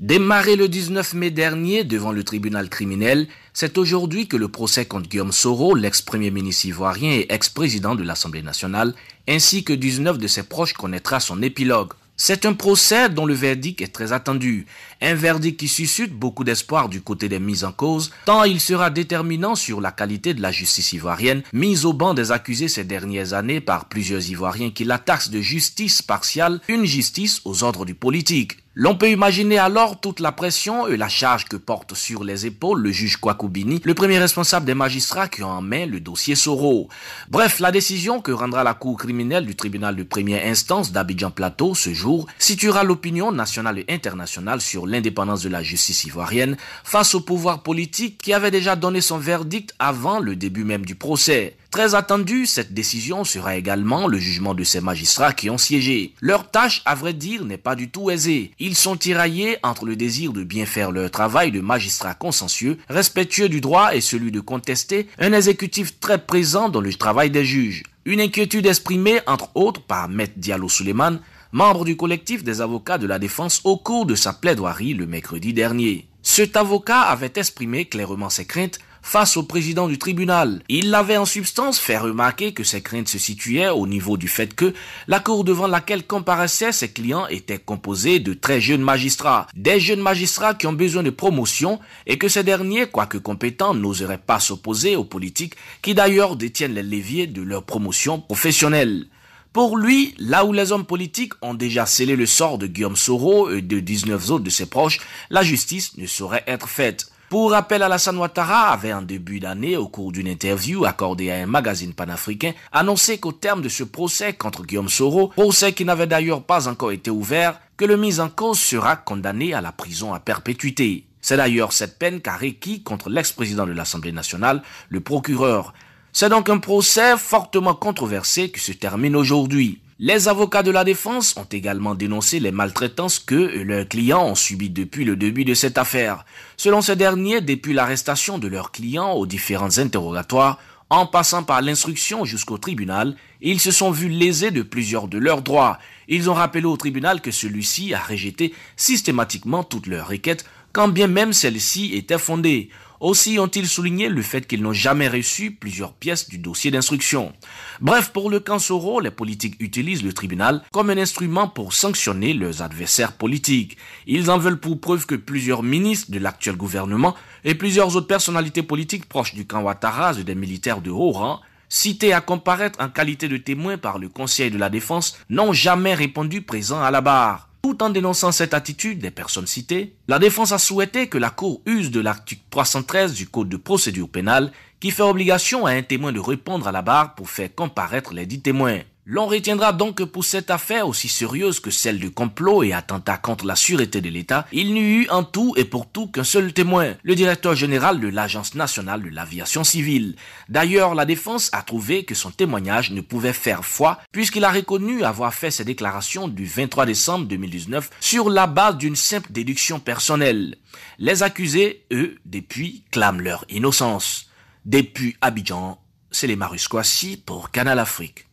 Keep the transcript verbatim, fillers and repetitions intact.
Démarré le dix-neuf mai dernier devant le tribunal criminel, c'est aujourd'hui que le procès contre Guillaume Soro, l'ex-premier ministre ivoirien et ex-président de l'Assemblée nationale, ainsi que dix-neuf de ses proches connaîtra son épilogue. C'est un procès dont le verdict est très attendu. Un verdict qui suscite beaucoup d'espoir du côté des mises en cause, tant il sera déterminant sur la qualité de la justice ivoirienne, mise au banc des accusés ces dernières années par plusieurs Ivoiriens qui la taxent de justice partiale, une justice aux ordres du politique. L'on peut imaginer alors toute la pression et la charge que porte sur les épaules le juge Kwaku Bini, le premier responsable des magistrats qui ont en main le dossier Soro. Bref, la décision que rendra la cour criminelle du tribunal de première instance d'Abidjan Plateau ce jour situera l'opinion nationale et internationale sur l'indépendance de la justice ivoirienne face au pouvoir politique qui avait déjà donné son verdict avant le début même du procès. Très attendue, cette décision sera également le jugement de ces magistrats qui ont siégé. Leur tâche, à vrai dire, n'est pas du tout aisée. Ils sont tiraillés entre le désir de bien faire leur travail de magistrats consciencieux, respectueux du droit et celui de contester un exécutif très présent dans le travail des juges. Une inquiétude exprimée, entre autres, par Maître Diallo Suleiman, membre du collectif des avocats de la défense au cours de sa plaidoirie le mercredi dernier. Cet avocat avait exprimé clairement ses craintes face au président du tribunal. Il l'avait en substance fait remarquer que ses craintes se situaient au niveau du fait que la cour devant laquelle comparaissaient ses clients était composée de très jeunes magistrats. Des jeunes magistrats qui ont besoin de promotion et que ces derniers, quoique compétents, n'oseraient pas s'opposer aux politiques qui d'ailleurs détiennent les leviers de leur promotion professionnelle. Pour lui, là où les hommes politiques ont déjà scellé le sort de Guillaume Soro et de dix-neuf autres de ses proches, la justice ne saurait être faite. Pour rappel, Alassane Ouattara avait en début d'année, au cours d'une interview accordée à un magazine panafricain, annoncé qu'au terme de ce procès contre Guillaume Soro, procès qui n'avait d'ailleurs pas encore été ouvert, que le mis en cause sera condamné à la prison à perpétuité. C'est d'ailleurs cette peine qu'a requis contre l'ex-président de l'Assemblée nationale, le procureur. C'est donc un procès fortement controversé qui se termine aujourd'hui. Les avocats de la défense ont également dénoncé les maltraitances que leurs clients ont subies depuis le début de cette affaire. Selon ces derniers, depuis l'arrestation de leurs clients aux différents interrogatoires, en passant par l'instruction jusqu'au tribunal, ils se sont vus lésés de plusieurs de leurs droits. Ils ont rappelé au tribunal que celui-ci a rejeté systématiquement toutes leurs requêtes, quand bien même celles-ci étaient fondées. Aussi ont-ils souligné le fait qu'ils n'ont jamais reçu plusieurs pièces du dossier d'instruction. Bref, pour le camp Soro, les politiques utilisent le tribunal comme un instrument pour sanctionner leurs adversaires politiques. Ils en veulent pour preuve que plusieurs ministres de l'actuel gouvernement et plusieurs autres personnalités politiques proches du camp Ouattara et des militaires de haut rang, cités à comparaître en qualité de témoins par le Conseil de la Défense, n'ont jamais répondu présents à la barre. Tout en dénonçant cette attitude des personnes citées, la défense a souhaité que la Cour use de l'article trois cent treize du Code de procédure pénale qui fait obligation à un témoin de répondre à la barre pour faire comparaître les dix témoins. L'on retiendra donc que pour cette affaire aussi sérieuse que celle de complot et attentat contre la sûreté de l'État, il n'y eut en tout et pour tout qu'un seul témoin, le directeur général de l'Agence nationale de l'aviation civile. D'ailleurs, la défense a trouvé que son témoignage ne pouvait faire foi puisqu'il a reconnu avoir fait ses déclarations du vingt-trois décembre deux mille dix-neuf sur la base d'une simple déduction personnelle. Les accusés, eux, depuis, clament leur innocence. Depuis Abidjan, c'est les Marus Kwasi pour Canal Afrique.